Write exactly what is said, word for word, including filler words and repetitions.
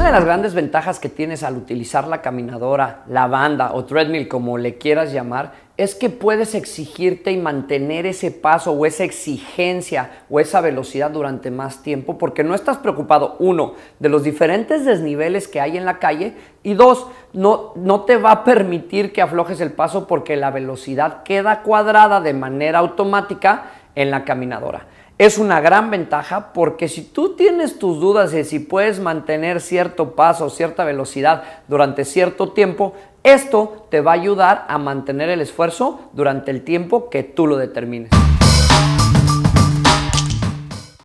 de las grandes ventajas que tienes al utilizar la caminadora, la banda o treadmill, como le quieras llamar, es que puedes exigirte y mantener ese paso o esa exigencia o esa velocidad durante más tiempo, porque no estás preocupado, uno, de los diferentes desniveles que hay en la calle, y dos, no, no te va a permitir que aflojes el paso porque la velocidad queda cuadrada de manera automática en la caminadora. Es una gran ventaja porque si tú tienes tus dudas de si puedes mantener cierto paso, cierta velocidad durante cierto tiempo, esto te va a ayudar a mantener el esfuerzo durante el tiempo que tú lo determines.